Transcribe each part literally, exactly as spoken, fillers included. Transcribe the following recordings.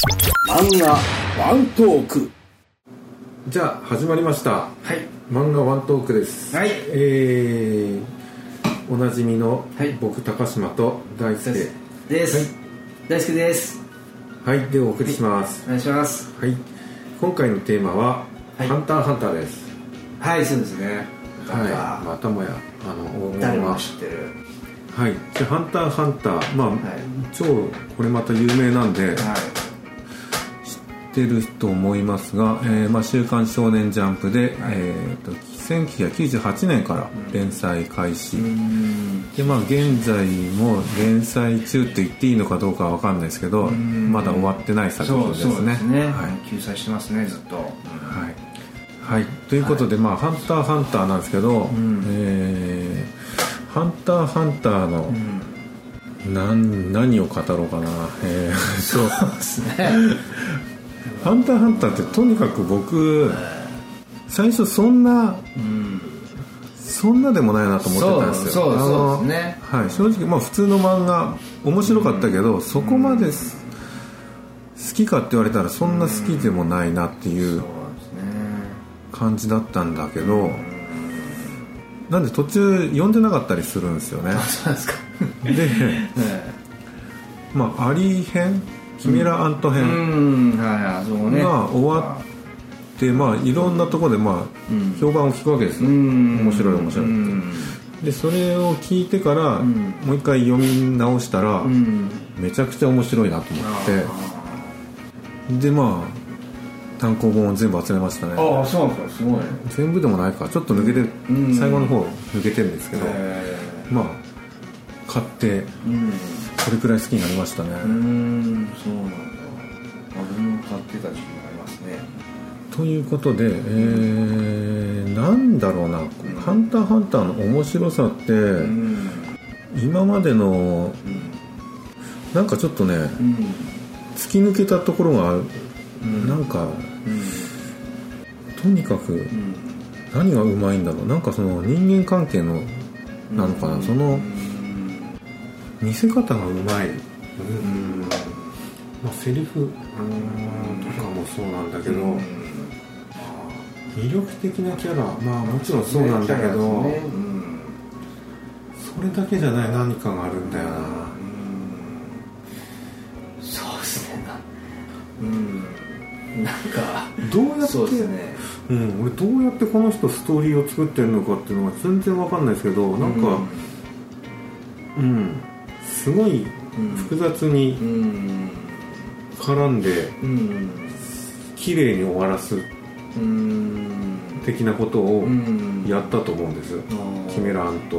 漫画ワントーク。 じゃあ始まりました、 はい、 漫画ワントークです、 はい、 えー、おなじみの僕、はい、高島と大輔です、はい、大輔です。 はい、でお送りします、 はい、お願いします。 はい、今回のテーマは、 はい、 ハンターハンターです。 はい、そうですね。 はい、またもやあの誰も知ってる。 はい、じゃあハンターハンター、まあ、はい、超これまた有名なんで、はい、知ってると思いますが、えーまあ、週刊少年ジャンプで、はい、えー、とせんきゅうひゃくきゅうじゅうはちねんから連載開始、うん、で、まあ、現在も連載中って言っていいのかどうかは分かんないですけど、うん、まだ終わってない作品ですね。 そうですね、はい、救済してますね、ずっと、うん、 はい、はい、ということで、はい、まあ、ハンターハンターなんですけど、うん、えー、ハンターハンターの、うん、何, 何を語ろうかな、えー、 そうですねハンターハンターってとにかく僕最初そんな、うん、そんなでもないなと思ってたんですよ。 そうそうそうですね、 はい、正直、まあ、普通の漫画面白かったけど、うん、そこまで好きかって言われたらそんな好きでもないなっていう感じだったんだけど、うん、なんで途中読んでなかったりするんですよね。 そうですかで、ね、まあアリ編キメラアント編が終わって、まあ、いろんなところで、まあ、評判を聞くわけですよ。面白い面白いってでそれを聞いてから、うん、もう一回読み直したら、うん、めちゃくちゃ面白いなと思ってで、まあ、単行本を全部集めましたね。 ああ、そうなんですか。すごい。 全部でもないか、ちょっと抜けて、うん、最後の方抜けてるんですけど、まあ買って、うん、それくらい好きになりましたね。うーん、そうなんだ。僕も買ってた時期がありますね。 ということで、えー、なんだろうな、うん、ハンターハンターの面白さって、うん、今までの、うん、なんかちょっとね、うん、突き抜けたところがある、うん、なんか、うん、とにかく、うん、何がうまいんだろう、なんかその人間関係のなのかな、うん、その見せ方がうまい、うん、まあ、セリフとかもそうなんだけど、うん、魅力的なキャラ、まあもちろんそうなんだけど、ね、うん、それだけじゃない何かがあるんだよな、うん、 そうですね、うん、なんかどうやって、 そうですね、 うん、俺どうやってこの人ストーリーを作ってるのかっていうのが全然わかんないですけど、なんか、うん、うん、すごい複雑に絡んで綺麗に終わらす的なことをやったと思うんです、キメラアント。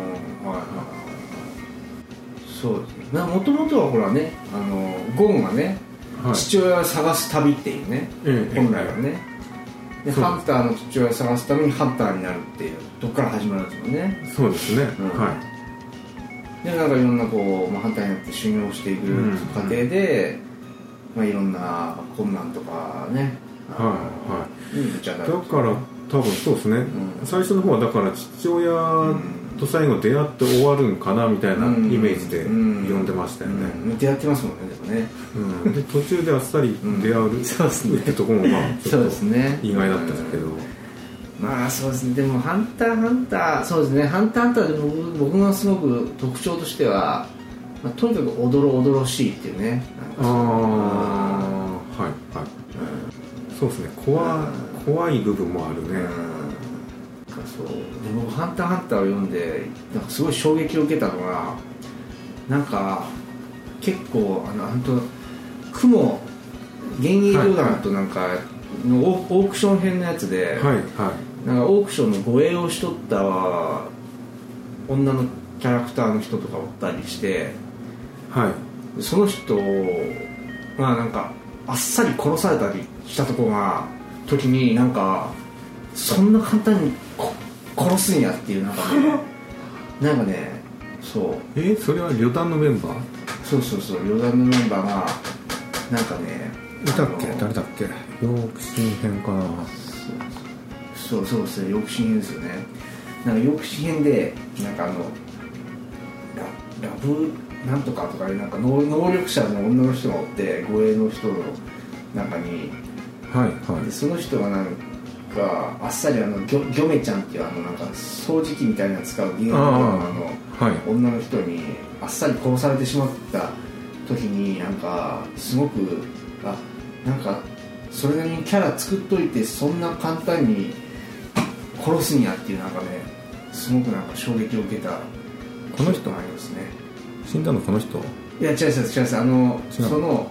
そうですね。もともとはほらね、あのゴンがね、はい、父親を探す旅っていうね、ええ、本来はね、でハンターの父親を探すためにハンターになるっていうとこから始まるんですもんね。 そうですね、うん、はい。 でなんかいろんなこう、まあ、ハンターになって修行していく過程で、うん、まあ、いろんな困難とかね、 はいはい、だから多分そうですね、うん、最初の方はだから父親と最後出会って終わるんかなみたいなイメージで読んでましたよね、 うんうん、出会ってますもんね、でもね、 うん、で途中であっさり出会う、うん、そうですね、ってところもまあちょっと意外だったんですけど、 まあそうですね。でもハンターハンター、そうですね、ハンターハンターで僕僕がすごく特徴としては、まあ、とにかくおどろおどろしいっていうね。 ああ、はいはい、うん、そうですね、怖、うん、怖い部分もあるね、うん、 そうで僕ハンターハンターを読んでなんかすごい衝撃を受けたのが、なんか結構あの本当雲幻影旅団となんかのオークション編のやつで、はいはい、なんかオークションの護衛をしとった女のキャラクターの人とかおったりして、はい、その人がなんかあっさり殺されたりしたとこが時になんかそんな簡単に殺すんやっていうなんかねなんかね、そうえそれは旅団のメンバー？ そうそうそう、旅団のメンバーがなんかね、 いたっけ、誰だっけ、抑止編かな。 そうそうですね、抑止編ですよね。なんか抑止編でなんかあの ラ, ラブなんとかとかいうなんか 能, 能力者の女の人がおって護衛の人の中に、 はいはい、 でその人がなんかあっさりあのギョギョメちゃんっていうあのなんか掃除機みたいなの使う銀河のあの、はい、女の人にあっさり殺されてしまった時になんかすごくあなんかそれなりにキャラ作っといてそんな簡単に殺すんやっていうなんかねすごくなんか衝撃を受けたこの人がありますね。 死んだのこの人？ いや違う違う違うあのその、はい、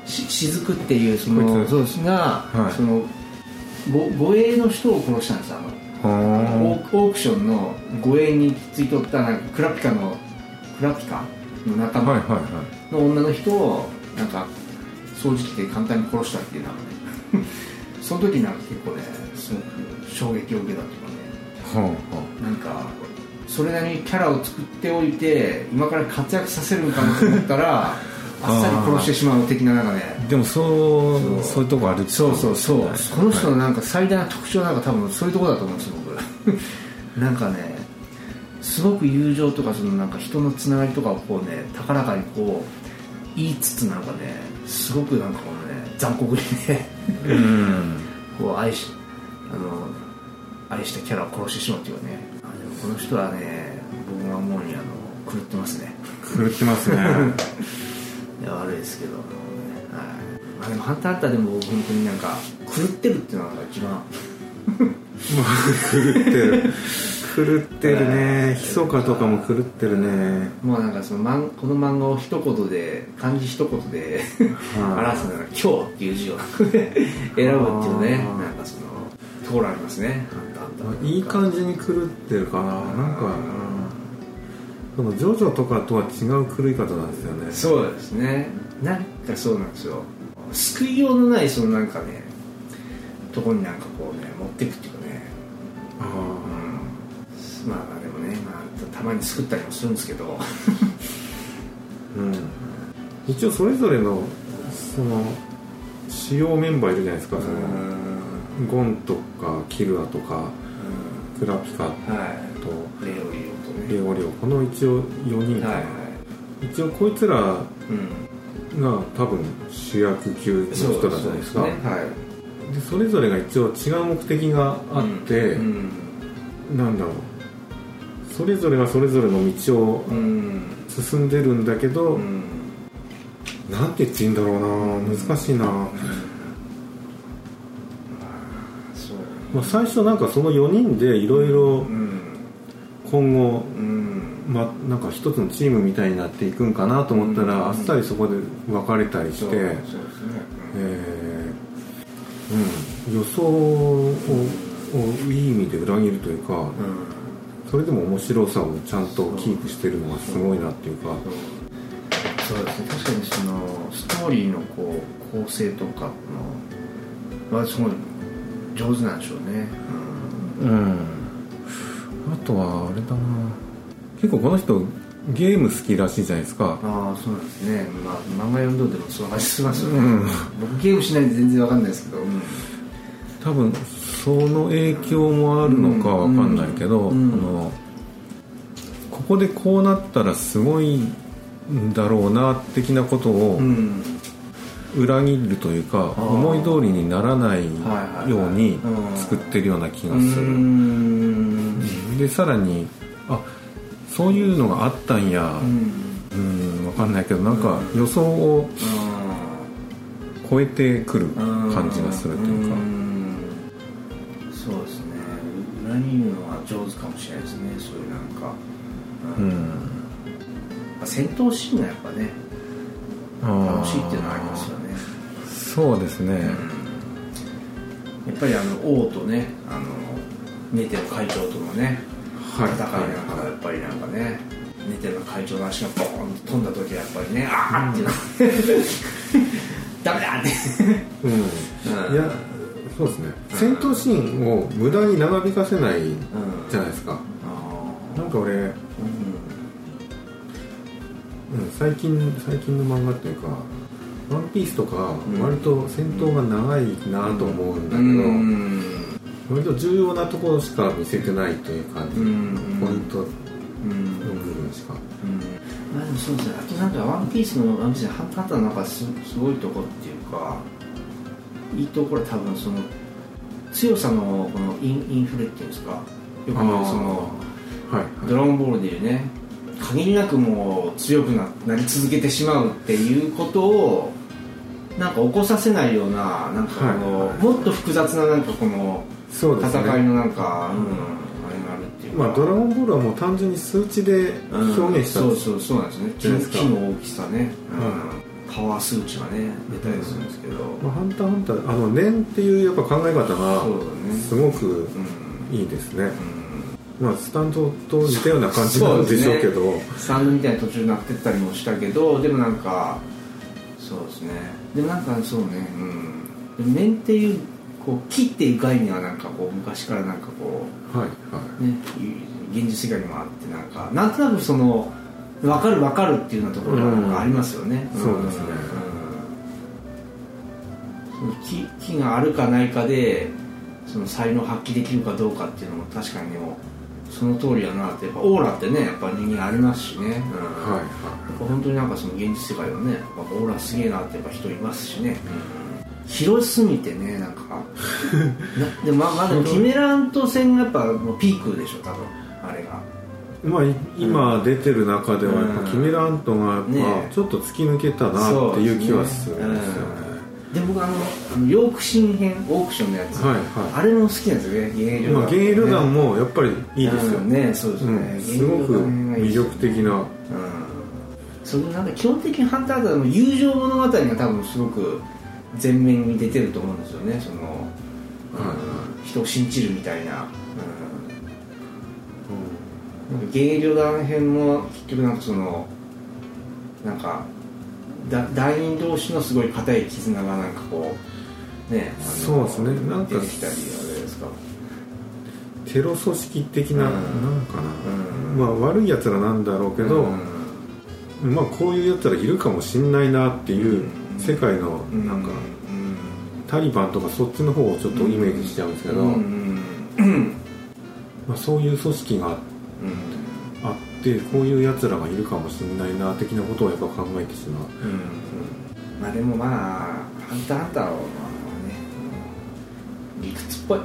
し雫っていうそのそうですが、はい、その護衛の人を殺したんです。あのオークションの護衛についとったなんかクラピカのクラピカの仲間の女の人をなんか掃除機で簡単に殺したっていうなんかねその時なんか結構ねすごく衝撃を受けたっていうかね、はあはあ、なんかそれなりにキャラを作っておいて今から活躍させるのかなと思ったらあっさり殺してしまう的ななんかね。 でもそうそう、そういうとこあるって、 そうそうそう、はい、この人のなんか最大の特徴なんか多分そういうところだと思うんですよ僕なんかねすごく友情とかそのなんか人のつながりとかをこうね高らかにこう言いつつなんかねすごくなんかこのね残酷にねうんこう愛しあの愛したキャラを殺してしまうっていうかね。あでもこの人はね僕が思うにあの狂ってますね。 狂ってますねいや悪いですけど、はい、まあでもハンターハンターでも僕本当になんか狂ってるっていうのが一番狂ってる狂ってるね。ひそかとかも狂ってるね。 もうなんかそのマンこの漫画を一言で漢字一言で表すなら「今日」っていう字を選ぶっていうねなんかそのところありますね。ハンターハンターいい感じに狂ってるかな。なんかそのジョジョとかとは違う狂い方なんですよね。 そうですね。なんかそうなんですよ。救いようのないそのなんかねとこになんかこうね持っていくっていうかね。ああ、うん、まあでもね、まあ、たまに救ったりもするんですけど、 うん、一応それぞれのその主要メンバーいるじゃないですか。そのゴンとかキルアとかクラピカと、はい、 レオリオとねレオリオこの一応よにんかな、はいはい、一応こいつらが多分主役級の人だじゃないですか。 そうですね、はい、でそれぞれが一応違う目的があって、うんうん、なんだろうそれぞれがそれぞれの道を進んでるんだけど、うん、なんて言っていいんだろうな難しいな、うんまあ、最初なんかそのよにんでいろいろ今後、うんまあ、なんか一つのチームみたいになっていくんかなと思ったら、うん、あっさりそこで分かれたりして、そうそうですね、えーうん、予想を、うん、いい意味で裏切るというか、うん、それでも面白さをちゃんとキープしてるのがすごいなっていうか。 そうですね、確かにそのストーリーのこう構成とかのはすごい上手なんでしょうね。 うん、うん、あとはあれだな結構この人ゲーム好きらしいじゃないですか。 ああそうなんですね、まあ、漫画読んどんでもその話しますよね、うん、僕ゲームしないんで全然わかんないですけど、うん、 多分その影響もあるのかわかんないけど、うんうん、あのここでこうなったらすごいんだろうな的なことを裏切るというか、うん、思い通りにならないように作ってるような気がする、うん、でさらにあそういうのがあったんや、うん、分かんないけどなんか予想を超えてくる感じがするというか、うん、 そうですね裏切るのは上手かもしれないですね。そういうなんか、うん、戦闘シーンがやっぱね楽しいっていうのはありますよね。 そうですね、うん、やっぱりあの王とねあのメテオ会長とのね戦いなんかやっぱりなんかねメテオの会長の足がボーンと飛んだ時はやっぱりねあーってなダメだってうん、うん、いやそうですね戦闘シーンを無駄に長引かせないじゃないですか、うん、なんか俺、うんうん、最近最近の漫画っていうかワンピースとか割と戦闘が長いなと思うんだけど、うん、割と重要なところしか見せてないという感じ、うん、ポイントの部分しか、 うん、 まあでもそうですね。あとなんかワンピースのワンピースのハンターハンターのなんか す, すごいところっていうかいいところは多分その強さのこのインインフレっていうんですか、よくその、はいはい、ドラゴンボールでいうね、限りなくもう強く な, なり続けてしまうっていうことをなんか起こさせないような、なんかこの、はいはい、もっと複雑ななんかこの戦いのなんか、うん、あれがあるっていうか、 まあ、ドラゴンボールはもう単純に数値で表現した、 うん、そうそうそうなんですね。木の大きさね、うん、パワー数値がね出たりするんですけど、 まあ、ハンターハンターあの年っていうやっぱ考え方がすごくいいですね。うん、まあ、スタンドと似たような感じなんでしょうけど、ね、 スタンドみたいな途中になってったりもしたけど、でもなんかそうですね、でもなんかそうね、うん、面っていうこう木っていう概念はなんかこう昔からなんかこう、はいはいね、現実世界にもあって、なんかなんとなくその分かる分かるっていうようなところがなんかありますよね。 うん、そうですね、 うん、木, 木があるかないかでその才能を発揮できるかどうかっていうのも確かにでもその通りだなって、やっぱオーラってねやっぱ人間ありますしね、うん、はいはい、やっぱ本当になんかその現実世界のねオーラすげえなってやっぱ人いますしね、うん、広すぎてねなんかなでも ま, まだキメラント戦がやっぱもうピークでしょ多分あれが。 まあ、今出てる中ではやっぱキメラントがやっぱちょっと突き抜けたなっていう気はするんですよね。 で僕あのあのヨークシン編オークションのやつ、はいはい、あれも好きなんですよね。幻影旅団、 まあ、幻影旅団もやっぱりいいですよね。そうですね、 うん、すごく魅力的な、うん、 そのなんか基本的にハンターハンターの友情物語が多分すごく前面に出てると思うんですよね。その、はいはい、人を信じるみたいな、うん、なんか幻影旅団編も結局なんかそのなんか団員同士のすごい固い絆がなんかこうね、 そうですね、なんか出てきたりあれですか、 テロ組織的な、うん、なんかな、うん、まあ悪いやつらなんだろうけど、うん、まあこういうやつらいるかもしんないなっていう世界のなんか、うん、タリバンとかそっちの方をちょっとイメージしちゃうんですけど、うんうん、まあ、そういう組織があって、でこういうやつらがいるかもしれないな的なことをやっぱ考えてしまう、うんうん、 まあでもまあハンターハンターはまあね理屈っぽい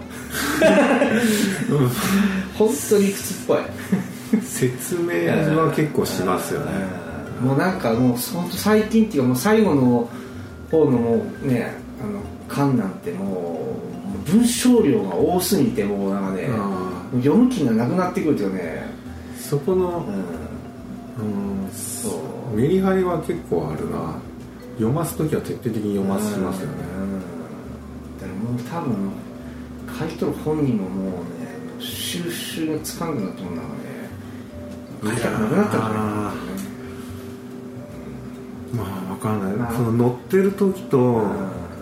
本当理屈っぽい説明は結構しますよね。 もうなんかもう本当最近っていうかもう最後の方のもうねあの巻なんてもう文章量が多すぎてもうなんかね読む気がなくなってくるというね、 そこの、うん、うん、そうメリハリは結構あるな。読ますときは徹底的に読ませますよね。うん、 だからもう多分書いとる本人ももうね収集がつかんくなってもんなんかね書いたくなくなったんじゃないかな、ね、 まあ分かんない、まあ、その乗ってる時と、うん、ま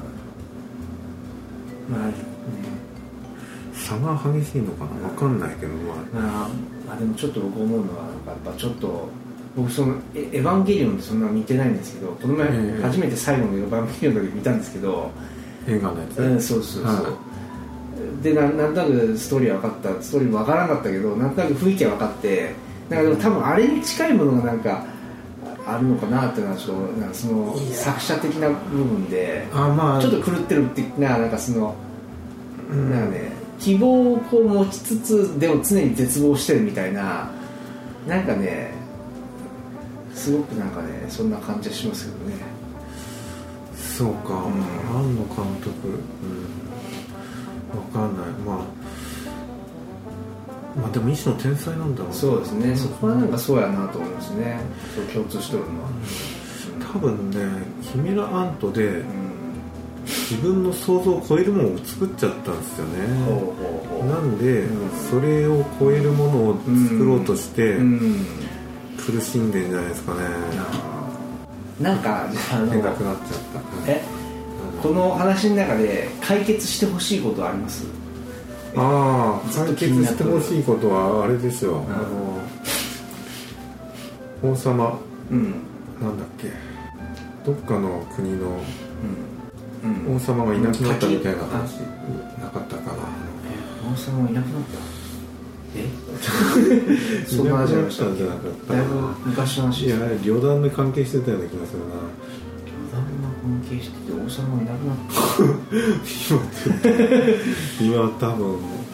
あね差が激しいのかな、分かんないけど、まあ、 まあ、まあでもちょっと僕思うのはやっぱちょっと僕そのエヴァンゲリオンってそんな見てないんですけど、この前初めて最後のエヴァンゲリオンだけ見たんですけど、 映画のやつ、 うん、そうそうそう、はい、で な, なんとなくストーリーは分かった、ストーリーも分からなかったけどなんとなく雰囲気は分かって、なんかでも多分あれに近いものがなんかあるのかなっていうのはちょっとなんかその作者的な部分であ、まあ、ちょっと狂ってるってな、なんかその、うん、なんかね希望をこう持ちつつでも常に絶望してるみたいな、なんかねすごくなんかねそんな感じはしますけどね。 そうか、うん、庵野監督、うん、分かんない、まあまあでも一種の天才なんだろう。 そうですね、そこはなんかそうやなと思いますね、そう共通してるのは、 うん、多分ねキメラアントで、うん、自分の想像を超えるものを作っちゃったんですよね。ほうほうほう、なんで、うん、それを超えるものを作ろうとして、うん、苦しんでんじゃないですかね。 なんかあのでかくなっちゃった、 え、うん、この話の中で解決してほしいことはあります？ ああ、解決してほしいことはあれですよ、うん、あの王様、うん、なんだっけ、どっかの国の、うんうん、王様がいなくなったみたいな話なかったかな。 王様がいなくなっえそんな話ありましたっけ？ じゃなかっただいぶ昔の話いや旅団で関係してたような気がするな。 旅団が関係してて王様がいなくなった今多分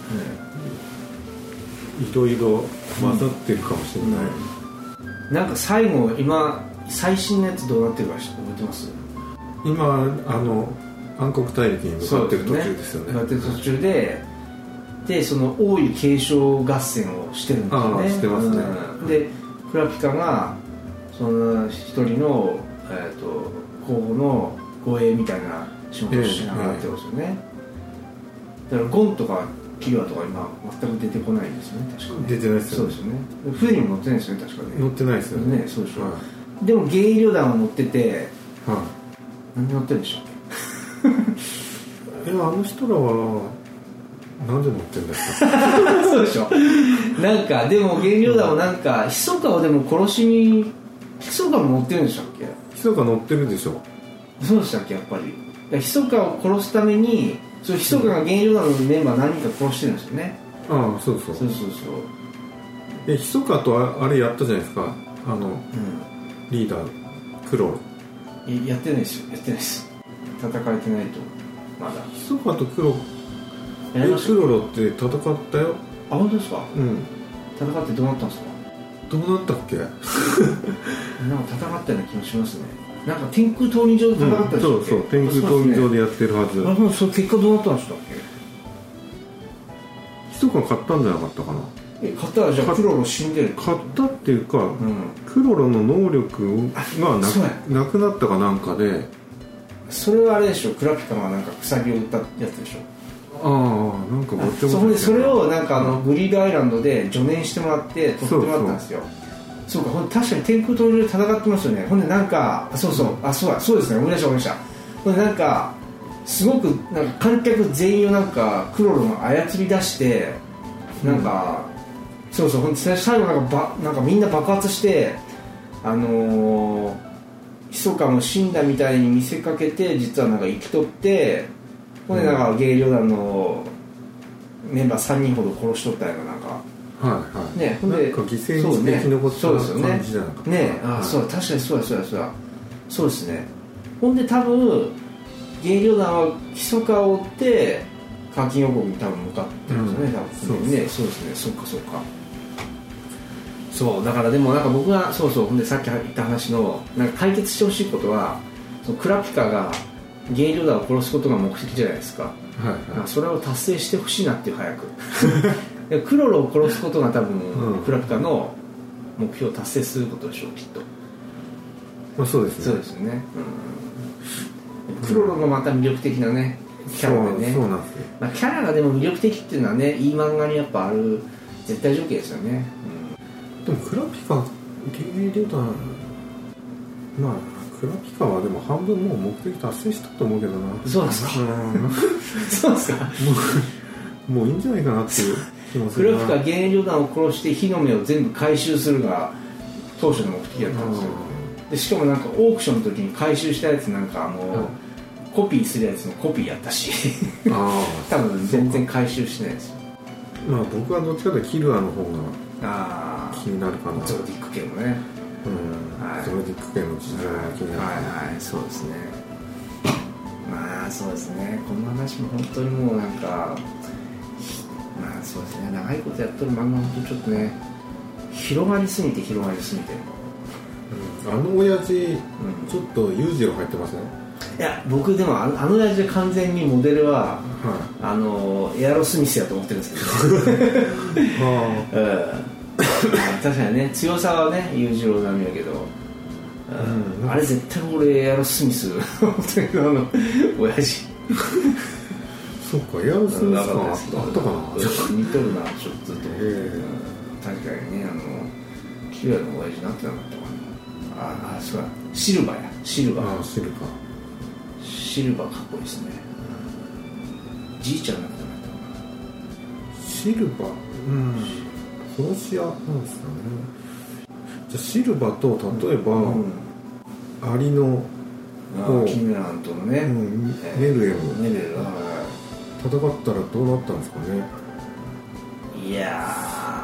いろいろ混ざってるかもしれない、 うん、なんか最後今最新のやつどうなってるか覚えてます？ 今あの暗黒大陸に向かってる途中ですよね。 向かってる途中ででその王位継承合戦をしてるんですよね。 してますね、 うん、でクラピカがその一人の、えー、と候補の護衛みたいな仕事をしながらやってますよね、えーえー、だからゴンとかキルアとか今全く出てこないんですよね。確かね出てないですよね。 そうですよね。船にも乗ってないですよね。確かね乗ってないですよね。 ねそうでしょ、 はい、 でもゲイ旅団は乗ってて、 はい、 何で乗ってるんでしょういやあの人らはなんで乗ってるんですかそうでしょ。なんかでもゲイ旅団はなんか密かをでも殺しに密かも乗ってるんでしたっけ？ 密か乗ってるでしょ。 そうでしたっけ？やっぱり密かを殺すためにその密かがゲイ旅団のメンバー何人か殺してるんですよね。 ああそうそうそうそうそう。 え密かと あ, あれやったじゃないですかあの、うん、リーダークロロやってないですよ。やってないです戦えてないとまだ密かとクロえクロロって戦ったよ。 あ本当ですか？ うん戦ってどうなったんですか？ どうなったっけなんか戦ったような気もしますね。なんか天空闘技場で戦ったんでしたっけ、 うん、そうそう天空闘技場でやってるはず。 あもうその結果どうなったんでしたっけ？ 密か買ったんじゃなかったかな。 え買ったらじゃあクロロ死んでる買ったっていうか、 うん、 クロロの能力がなく、なくなったかなんかでそれはあれでしょ。クラピカがなんか鎖を打ったやつでしょ。 ああなんかごっちゃごちゃそれそれをなんかあのグリードアイランドで助念してもらって取ってもらったんですよ。そうかほん確かに天空闘技場で戦ってますよね。ほんでなんかそうそう、うん、あそうだそうですね思い出した思い出した。ほんでなんかすごくなんか観客全員をなんかクロロが操り出してなんか、うん、そうそうほんで最後なんかばなんかみんな爆発してあのー、密かも死んだみたいに見せかけて実はなんか生きとってほんでなんかゲイ旅団のメンバーさんにんほど殺しとったようななんかはいはいねほんでなんか犠牲にして生き残った感じじゃなかったねねあ、はい、そう確かにそうだそうだそうだそうですね。ほんで多分ゲイ旅団は密かを追って課金王国に多分向かってるんですよね、うん、多分そうねそうですねそうかそうかそうだからでもなんか僕がそうそうほんでさっき言った話のなんか解決してほしいことはそのクラピカがゲイ旅団を殺すことが目的じゃないですか、はいはい、それを達成してほしいなっていう早くクロロを殺すことが多分、うん、クラピカの目標を達成することでしょうきっと、 まあ、そうですねそうですね、うん、クロロもまた魅力的なねキャラでねそう、そうなんですよ、 まあ、キャラがでも魅力的っていうのはねいい漫画にやっぱある絶対条件ですよね、 うん、でもクラピカゲイ旅団まあクラピカはでも半分もう目的達成したと思うけどな。 そうですかそうですかもう、もういいんじゃないかなっていう気もするな。 クラピカゲイ旅団を殺して火の目を全部回収するのが当初の目的だったんですよ。でしかもなんかオークションの時に回収したやつなんかあの、うん、コピーするやつのコピーやったしあ多分全然回収してないですよ。 まあ僕はどっちかというとキルアの方が気になるかな。 ゾーディック系のねうんはい、ゾーディック系の事情が気になる、 はいはいそうですね。まあそうですねこの話も本当にもうなんかまあそうですね長いことやっとる漫画も本当にちょっとね広がりすぎて広がりすぎて、 うん、あの親父、うん、ちょっと裕次郎入ってますね。 いや僕でもあのあの親父で完全にモデルは、はい、あのエアロスミスやと思ってるんですけどはあ、うん確かにね強さはね裕次郎並みやけど、うん、あれ絶対俺エアロスミスあの親父そっかエアロスミスかあったかな似とるなちょっとと、えー、確かにねあのキラの親父なってなかったかなああそうだシルバーやシルバーあシルバーシルバーかっこいいですね、うん、じいちゃんなくてなかったかなシルバーうん殺し屋なんですかね。じゃあシルバーと例えば、うん、アリのキメランとのね、うん、 ネルエルネルエル戦ったらどうなったんですかね。 いや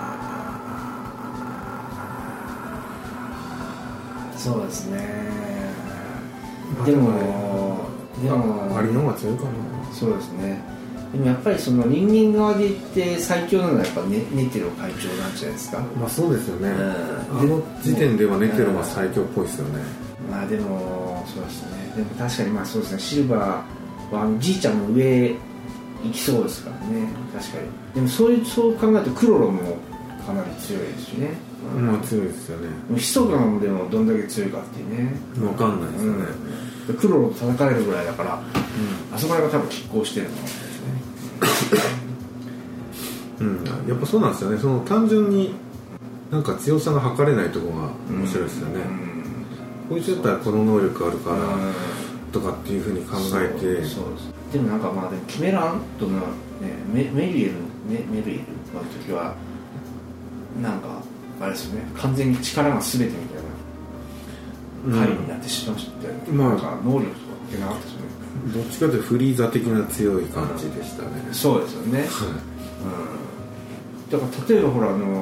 そうですね、 まあ、 でもでもありの方が強いかな。 そうですね。でもやっぱりその人間側で言って最強なのはやっぱネネテロ会長なんじゃないですか。 まあそうですよね、 うん、 あの時点ではネテロが最強っぽいですよね、 うん、まあでもそうですね。でも確かにまあそうですね、シルバーはじいちゃんの上行きそうですからね。確かに。でもそういうそう考えるとクロロもかなり強いですしね。 まあ強いですよね。 ヒソカもでもどんだけ強いかっていうね、 分かんないですよね、 うん、クロロと叩かれるぐらいだから、うん、あそこらが多分拮抗してるのかもしれないですね。 うん、やっぱそうなんですよね。その単純になんか強さが測れないところが面白いですよね、うんうん、こいつだったらこの能力あるからとかっていうふうに考えて、そうそうでもなんかまあでもキメラアントの、ね、メ, メリエル、ね、メリエルの時はなんかあれですよね、完全に力が全てみたいな回になってしまって、うん、なんか能力とかってなかったですよね。 どっちかというとフリーザ的な強い感じでしたね、 うん、そうですよね、はい、うん、だから例えばほらあの、うん、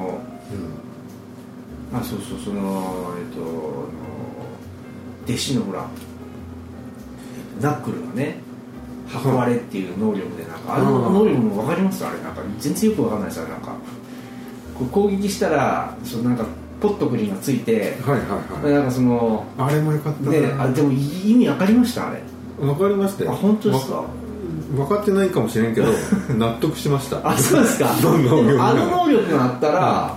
あそうそうそのえっとあの弟子のほらナックルがね運ばれっていう能力でなんか、あの能力も分かります？あれなんか全然よく分かんないですよ。なんかこう攻撃したらそのなんかポットクリンがついて、はいはいはい、なんかそのあれもよかったね。 ね、あでも意味分かりました？あれ分かりましたよ。 あ本当ですか？ 分かってないかもしれんけど納得しました。 あそうですか。あの能力があったら、はい、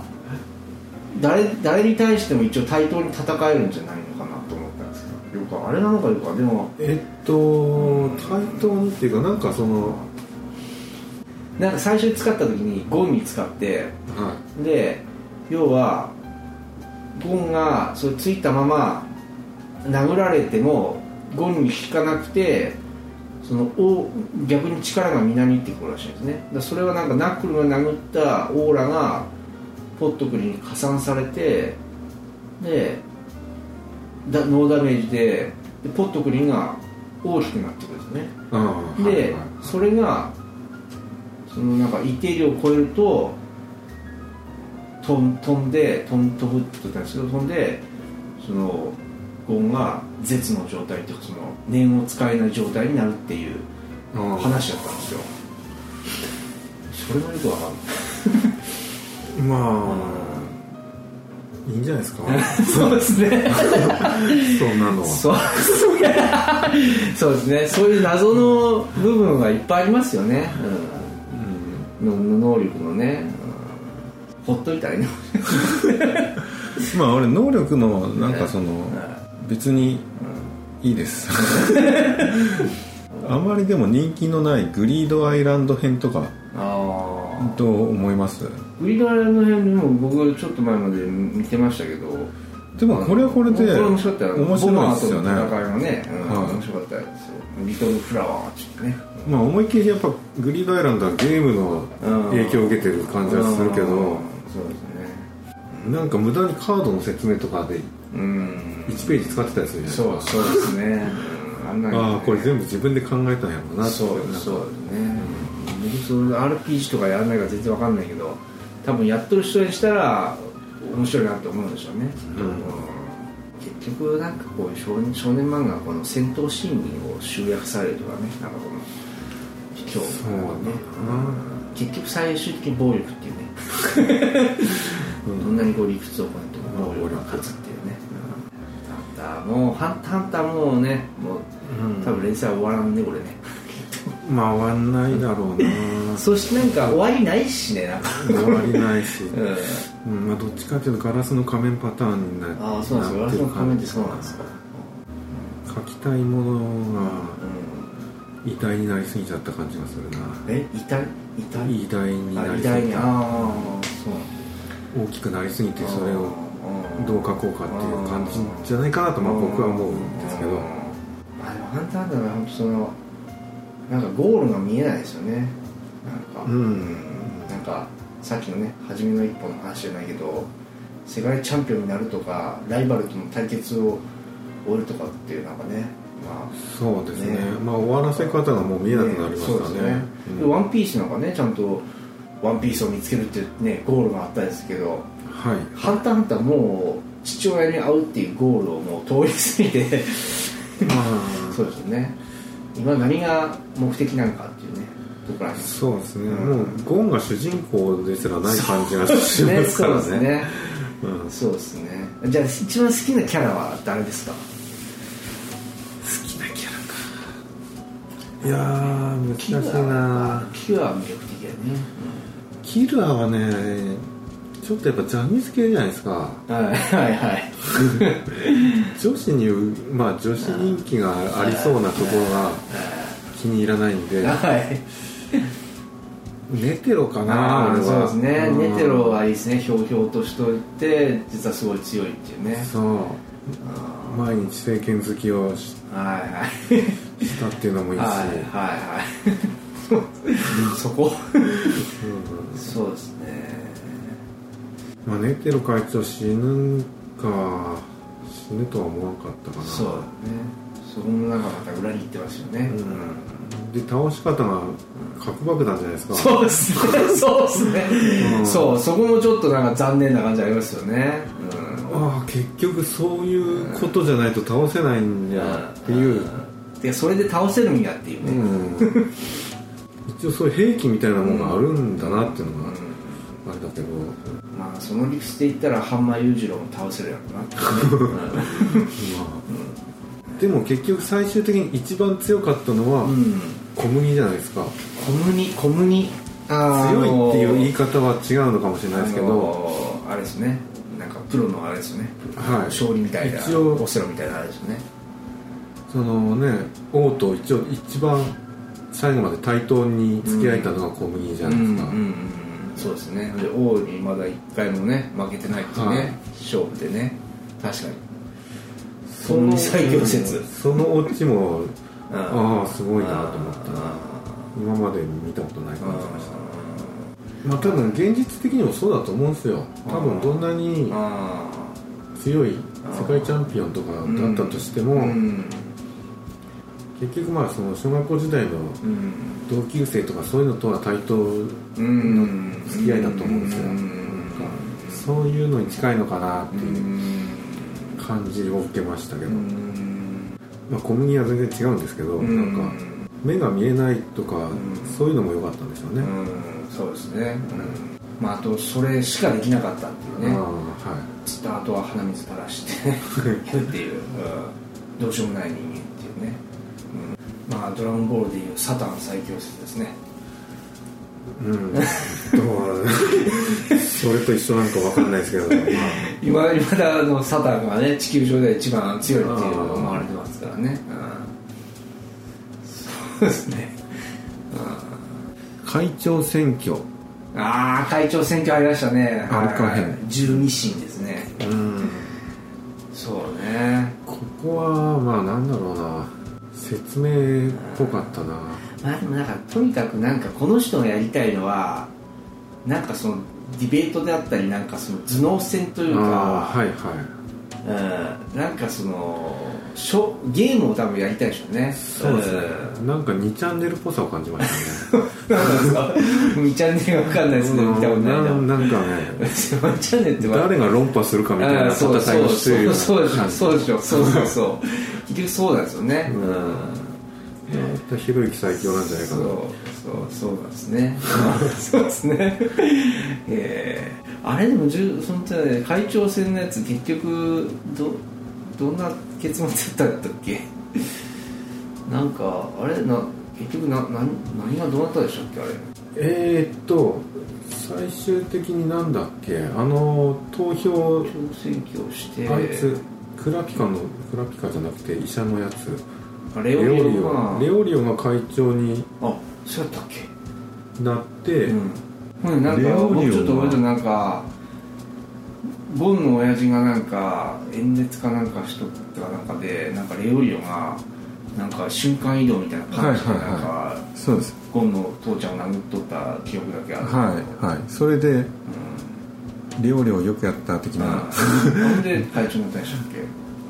誰, 誰に対しても一応対等に戦えるんじゃないのかなと思ったんですけど、よくあれなのかよくはでもえっと対等にっていうかなんかそのなんか最初に使った時にゴンに使って、はい、で要はゴンがそれついたまま殴られてもゴンに効かなくてそのお逆に力が南に行ってくるらしいんですね。だそれはなんかナックルが殴ったオーラがポットクリに加算されてでだノーダメージ で, でポットクリが大きくなってくるんですね。で、はいはい、それがそのなんか一定量を超えると飛んで飛ん飛ぶって言ったんですけど、飛んでそのゴンが絶の状態というかその念を使えない状態になるっていう話だったんですよ。それもよくわかんないまあいいんじゃないですかそうですねそんなのはそうそうですね。そういう謎の部分がいっぱいありますよね、うんうん、の能力のね、うん、ほっといたらいいのまあ俺能力のなんかその、うん別にいいですあまりでも人気のないグリードアイランド編とかどう思います？ グリードアイランド編でも僕ちょっと前まで見てましたけど、 でもこれはこれで面白いですよね。 ボマーとの戦いもね、うんはい、面白かったですよ。リトルフラワーはちょっとね、 まあ思いっきりやっぱグリードアイランドはゲームの影響を受けてる感じはするけど、そうですね。なんか無駄にカードの説明とかでうんいちページ使ってたりするじゃないですか。 そうそうですね、うん、あんなにね、 ああこれ全部自分で考えたんやろうなって。 そうそうですね、僕その アールピージー とかやらないから全然わかんないけど多分やっとる人にしたら面白いなって思うんでしょうね、うんうん、結局なんかこういう少年、少年漫画はこの戦闘シーンにこう集約されるとかね、なんかこの今日はね、うん、結局最終的に暴力っていうねどんなにこう理屈をこうやっても暴力が勝つっていうね、うん、ハンターもハンターハンターもねもう、うん、多分連載終わらんねこれねまあ終わんないだろうなそしてなんか終わりないしねなんか終わりないし、うんうんまあ、どっちかというとガラスの仮面パターンになってる。 ああそうなんですよ、ガラスの仮面ってそうなんですか。 書きたいものが偉大になりすぎちゃった感じがするな。 え偉大偉大偉大になりすぎた。ああそう大きくなりすぎてそれをどう書こうかっていう感じじゃないかなとまあ僕は思うんですけど、 まあでもハンターハンターは本当そのなんかゴールが見えないですよね。なんか、うん、なんかさっきのね初めの一歩の話じゃないけど世界チャンピオンになるとかライバルとの対決を終えるとかっていうなんかね、まあ、 そうですね、まあ終わらせ方がもう見えなくなりましたね。そうですね、 うん、ワンピースなんかねちゃんとワンピースを見つけるっていうねゴールがあったんですけど、はい、ハンターハンターもう父親に会うっていうゴールをもう通り過ぎてそうですよね。今何が目的なのかっていうねところあります。 そうですね、うん、もうゴンが主人公ですらない感じがしますからね。 そうですね、うん、そうですね。じゃあ一番好きなキャラは誰ですか？好きなキャラか。いやー難しいな。 キルアは魅力的だよね、うん、 キルアはねちょっとやっぱジャニーズ系じゃないですか。 はいはいはい女子に、まあ女子人気がありそうなところが気に入らないんで、 はいネテロかな。俺はそうですね、うん、ネテロはいいですね。ひょうひょうとしといて実はすごい強いっていうね。 そう毎日政権好きをし、はいはい、したっていうのもいいし、はいはいはいそこそうですね。 まあ、ネテロ会長死ぬか死ぬとは思わなかったかな。 そうだね。そこもなんかまた裏に行ってますよね、 うん、で倒し方が核爆弾じゃないですか。 そうですねそうですね、うん、そうそこもちょっとなんか残念な感じありますよね、 うん、ああ結局そういうことじゃないと倒せないんやっていう、 うん、でそれで倒せるんやっていうね、うん、 一応そういう兵器みたいなものがあるんだなっていうのがあれだけど、 まあその理屈で言ったら半間裕次郎も倒せるやろなってまあ、 うん、でも結局最終的に一番強かったのは、うん、小麦じゃないですか。 小麦小麦あ強いっていう言い方は違うのかもしれないですけど、あのー、あれですね、なんかプロのあれですよね、はい、勝利みたいな一応オセロみたいなあれですよね。そのね王と一応一番最後まで対等に付き合えたのが小麦じゃないですか、うんうんうんうん、 そうですね。で王にまだ一回もね負けてないっていうね、はい、勝負でね。確かにその最強説、そのオチもああすごいなと思ったな。今まで見たことない感じがした。まあ多分現実的にもそうだと思うんですよ。多分どんなに強い世界チャンピオンとかだったとしても、結局まあその小学校時代の同級生とかそういうのとは対等の付き合いだと思うんですよ。なんかそういうのに近いのかなっていう感じを受けましたけど、まあ小麦は全然違うんですけど、なんか目が見えないとかそういうのも良かったんでしょうね。 うん、そうですね、うん、まああとそれしかできなかったっていうね。あ、はい、スタートは鼻水垂らしてやるっていう、うん、どうしようもない人間っていうね、うん、まあドラゴンボールでいうサタン最強説ですね。 うん、どうそれと一緒なんか分かんないですけど、まあ、 今今だのサタンがね地球上で一番強いっていう思われてますからね。そうですね。 会長選挙、 ああ会長選挙ありましたね。 あれかへん十二神ですね。うん、そうね。 ここはまあなんだろうな、説明っぽかったな。 まあでもなんかとにかくなんかこの人がやりたいのはなんかそのディベートであったりなんかその頭脳戦というか、 はいはい、 うん、なんかそのゲームを多分やりたいでしょうね。 そうですね、うん、なんかにチャンネルっぽさを感じましたね。 なんですかにチャンネルが分かんないですけど見たことないな。 なんかねにチャンネルって誰が論破するかみたいな戦いをしているような。 そうでしょそうでしょそうそうそう結局そうなんですよね。うんうん、ひろゆき最強なんじゃないかな。そうそうそうなんですね。そうですね。えー、あれでもその会長選のやつ結局どどんな結末だったっけ。なんかあれな結局な何何がどうなったでしたっけあれ。 えー、っと最終的になんだっけあの投票選挙をしてあいつクラピカのクラピカじゃなくて医者のやつ。 レオリオがレオリオが会長にあそうやったっけなって、うんうん、なんか僕ちょっと覚えてなんかボンの親父がなんか演説かなんかしとった中でなんかレオリオがなんか瞬間移動みたいな感じでなんか、はいはい、 そうですゴンの父ちゃんを殴っとった記憶だけある。 はいはいそれで、うん、レオリオよくやった的な。 なんで会長になったんでしたっけ。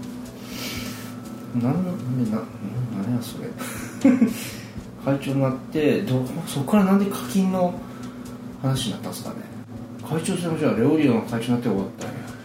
なんでな何やそれ会長になってどそこからなんで課金の話になったんですかね。会長選はじゃあレオリオが会長になって終わったんや。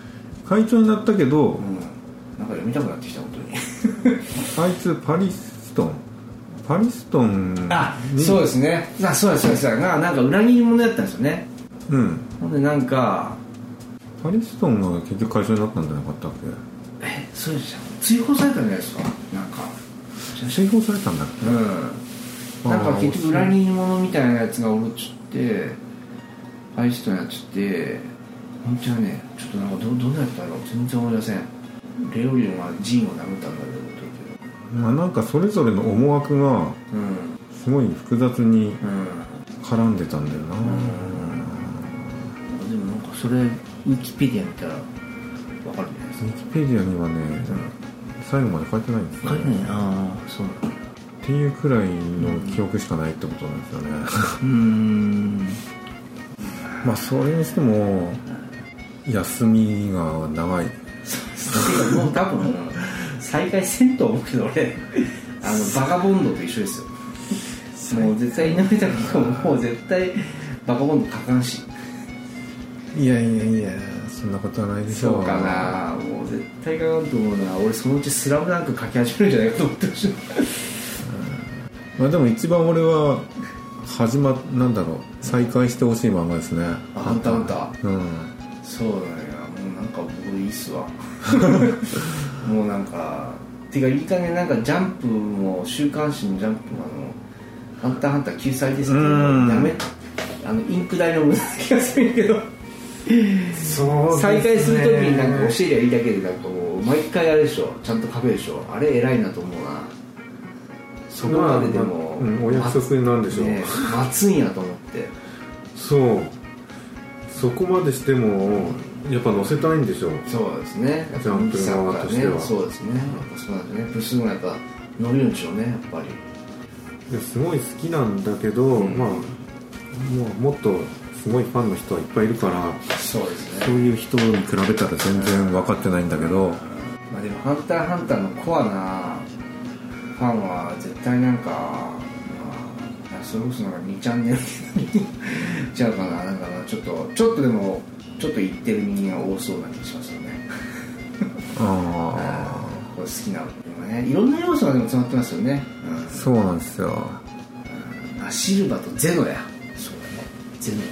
会長になったけど、 うん、なんか読みたくなってきた本当にあいつパリストンパリストンにあそうですねあそうですそうですがなんか裏切り者やったんですよね。 うんほんでなんかパリストンが結局会長になったんじゃなかったっけ。 えそうでした追放されたんじゃないですか。なんか追放されたんだっけ。 うんなんか結局裏切り者みたいなやつがおるっつってパリストンやっつって本当はねちょっとなんか ど, どんなやったの全然思い出せん。レオリオンはジンを殴ったんだけど、 まあ、なんかそれぞれの思惑がすごい複雑に絡んでたんだよな、うんうん、でもなんかそれウィキペディア見たら分かるんじゃないですか。 ウィキペディアにはね、うん、最後まで書いてないんですね。 書いてないああそうなんだっていうくらいの記憶しかないってことなんですよね。 うーんまあそれにしても休みが長い。 もう多分再開せんと思うけど俺あのバカボンドと一緒ですよ。もう絶対井上貴子ももう絶対バカボンド書かんし。 いやいやいやそんなことはないでしょう。 そうかなもう絶対書かんと思うな。俺そのうちスラムダンク書き始めるんじゃないかと思ってるし、うんまあ、でも一番俺は始まなんだろう再開してほしい漫画ですね。 ハンターハンターうんそうだね。もうなんか僕いいっすわもうなんかてかいい加減なんかジャンプも週刊誌のジャンプもあのハンターハンター救済ですけどダメあのインク代の無駄な気がするけどそう、ね、再開するときになんか教えりゃいいだけでなんかもう毎回あれでしょちゃんと書けるでしょ。あれ偉いなと思うな。そこまででも、 まあうん、お約束になるんでしょう、ね、 待つんやと思って。 そうそこまでしてもやっぱ載せたいんでしょう。 そうですねジャンプ側としては、 ね、そうですねやっぱそうなんですね。部数がやっぱ伸びるんでしょうねやっぱり。 いやすごい好きなんだけど、うん、まあもうもっとすごいファンの人はいっぱいいるからそうですねそういう人に比べたら全然分かってないんだけど、 まあ、でもハンターハンターのコアなファンは絶対なんか、まあ、それこそなんかにチャンネルにちゃうかな。なんかちょっとちょっとでもちょっと言ってる人間が多そうな気がしますよねああこれ好きなのね。いろんな要素がでも詰まってますよね、 うん、そうなんですよ、 うん、あシルバとゼノやそうだねゼノやね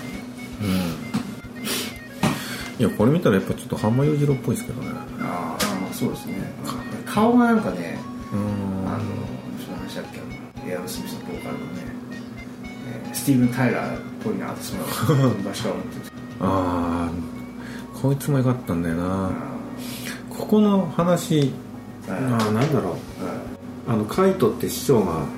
うんいやこれ見たらやっぱちょっと半間洋次郎っぽいですけどね。 ああそうですね。顔がなんかねうんあのその話だっけエアロスミスのボーカルのね、えー、スティーブン・タイラーっぽいなってその昔から思ってるんですけどああこいつもよかったんだよな。ここの話ああなんだろう、あのカイトって師匠がはい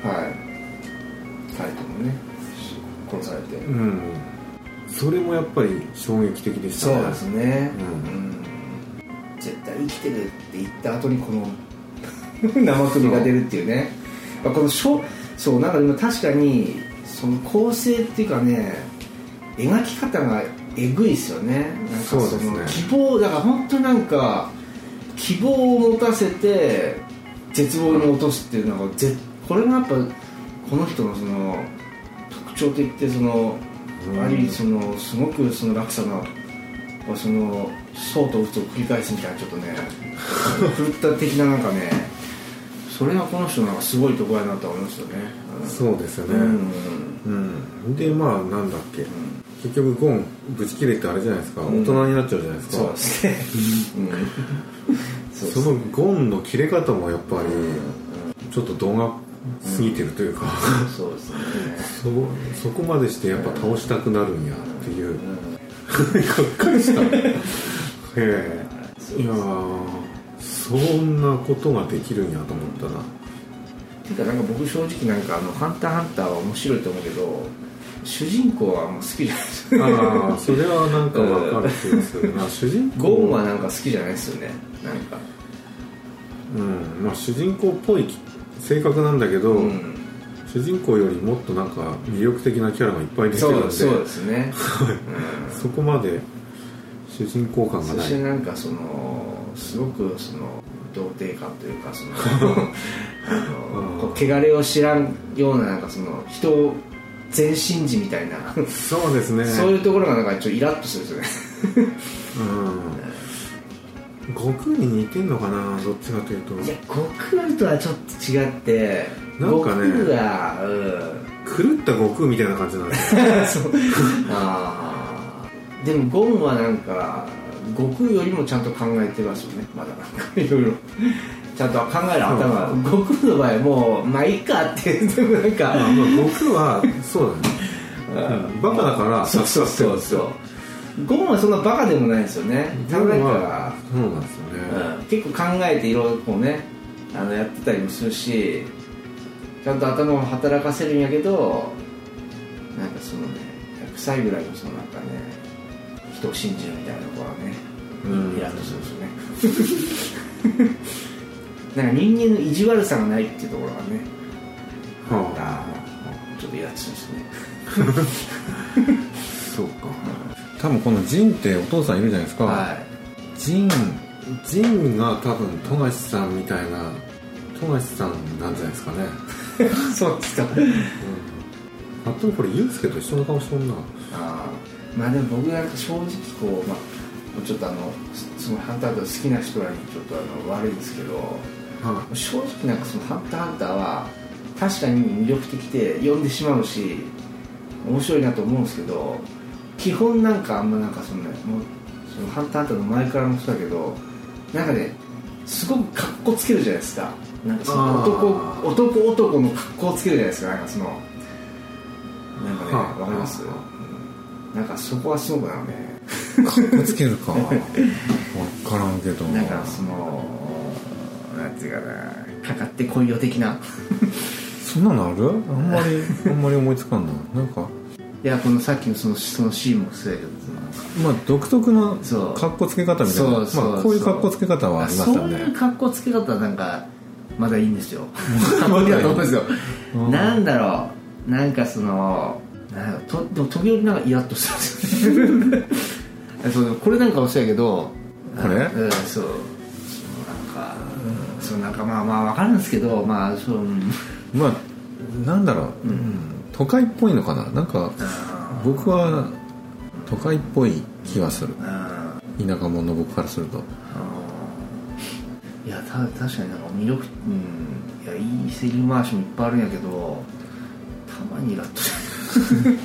カイトもね殺されてうんそれもやっぱり衝撃的でしたね。 そうですね、 うんうん、絶対生きてるって言った後にこの生首が出るっていうね。このしょそうなんか今確かにその構成っていうかね描き方がえぐいですよね。なんかそのそうですね希望だから本当になんか希望を持たせて絶望に落とすっていうのがぜこれがやっぱこの人のその特徴といってそのありそのすごくその落差のそのそうと嘘を繰り返すみたいなちょっとね狂った的ななんかねそれがこの人なんかすごいところやなと思いますよね、 うん、そうですよね、うんうん、でまあなんだっけ、うん、結局ゴンブチ切れってあれじゃないですか、うん、大人になっちゃうじゃないですか。 そうですね、 うん、そのゴンの切れ方もやっぱりちょっと動画過ぎてるというか、 うん、そうですねそ, そこまでしてやっぱ倒したくなるんやっていう、うん、がっかりしたへえいやそんなことができるんやと思ったな。 ていうかなんか僕正直なんかあのハンターハンターは面白いと思うけど主人公はもう好きじゃないですか。 ああそれはなんか分かる気がするな主人公ゴンはなんか好きじゃないですよね。なんかうんまあ主人公っぽい性格なんだけど、うん、主人公よりもっとなんか魅力的なキャラがいっぱい出てるんでそうですね、 うん、そこまで主人公感がない。 そしてなんかそのすごくその童貞感というかそのあのこう汚れを知らんようななんかその人を全信じみたいなそうですねそういうところがなんかちょっとイラッとするんですよね悟空に似てんのかな、どっちかというと。 いや悟空とはちょっと違って、 なんかね、 悟空が、うん、 狂った悟空みたいな感じなんですよそうあでもゴンはなんか悟空よりもちゃんと考えてますよね、まだなんかいろいろちゃんと考える頭が、悟空の場合はもうまあいいかって全部なんか、 まあ、まあ悟空はそうだね、うん、バカだからそうそうそうそうゴンはそんなバカでもないんですよね。考えたらそうなんですよね、 うん、結構考えていろいろこうねあのやってたりもするし、ちゃんと頭を働かせるんやけど、なんかそのねひゃくさいぐらいのそのなんかね人を信じるみたいなところはね、うん、イラッとするんですよねなんか人間の意地悪さがないっていうところがね、はあ、あちょっとイラッとするんですねそうか、多分このジンってお父さんいるじゃないですか、はい、ジンジンが多分富樫さんみたいな富樫さんなんじゃないですかねそうですか、うん、 あとこれユースケと一緒の顔してるなあまあでも僕なんか正直こう、まあ、ちょっとあのそのハンターハンター好きな人らにちょっとあの悪いんですけど、はあ、正直なんかそのハンターハンターは確かに魅力的で読んでしまうし面白いなと思うんですけど、基本なんかあんまなんかそのねもうそのハンターハンターの前からもそうだけどなんかねすごく格好つけるじゃないですか。なんかその男男男の格好をつけるじゃないですか。なんかそのなんかねわ、かります？なんかそこはすごくなんかね格好つけるか分からんけどなんかそのなんていうかなかかってこいよ的なそんなのある？あんまりあんまり思いつかんな。なんかいやこのさっきのそのそのシーンもそうやけどまあ独特の格好つけ方みたいな、まあこういう格好つけ方はありましたね。 そういう格好つけ方はなんかまだいいんですよ。まだいいと思うんですよ。なんだろうなんかそのなんかとでも時折なんかイラッとするんですよ。そうこれなんかもそうやけどこれ？ うんそうそうなんか、うん、そうなんかまあまあわかるんですけどまあそう、うん、 まあなんだろう。うん都会っぽいのかな、なんか僕は都会っぽい気がする、田舎者の僕からすると。 いやた確かになんか魅力、うん、いやいいセリフ回しもいっぱいあるんやけどたまにイラッとする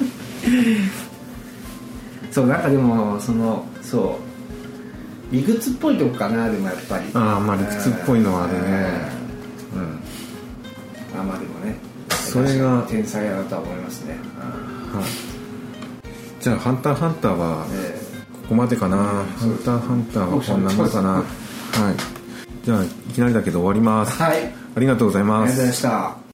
そうなんかでもそのそう理屈っぽいとこかな。でもやっぱりああまあ理屈っぽいのはあるね、うんあまあでもねそれが天才だとは思いますね、 はい、じゃあハンターハンターはここまでかな、えー、ハンターハンターはこんなもんかな。はい、じゃあいきなりだけど終わります。 はい、 ありがとうございます。 ありがとうございました。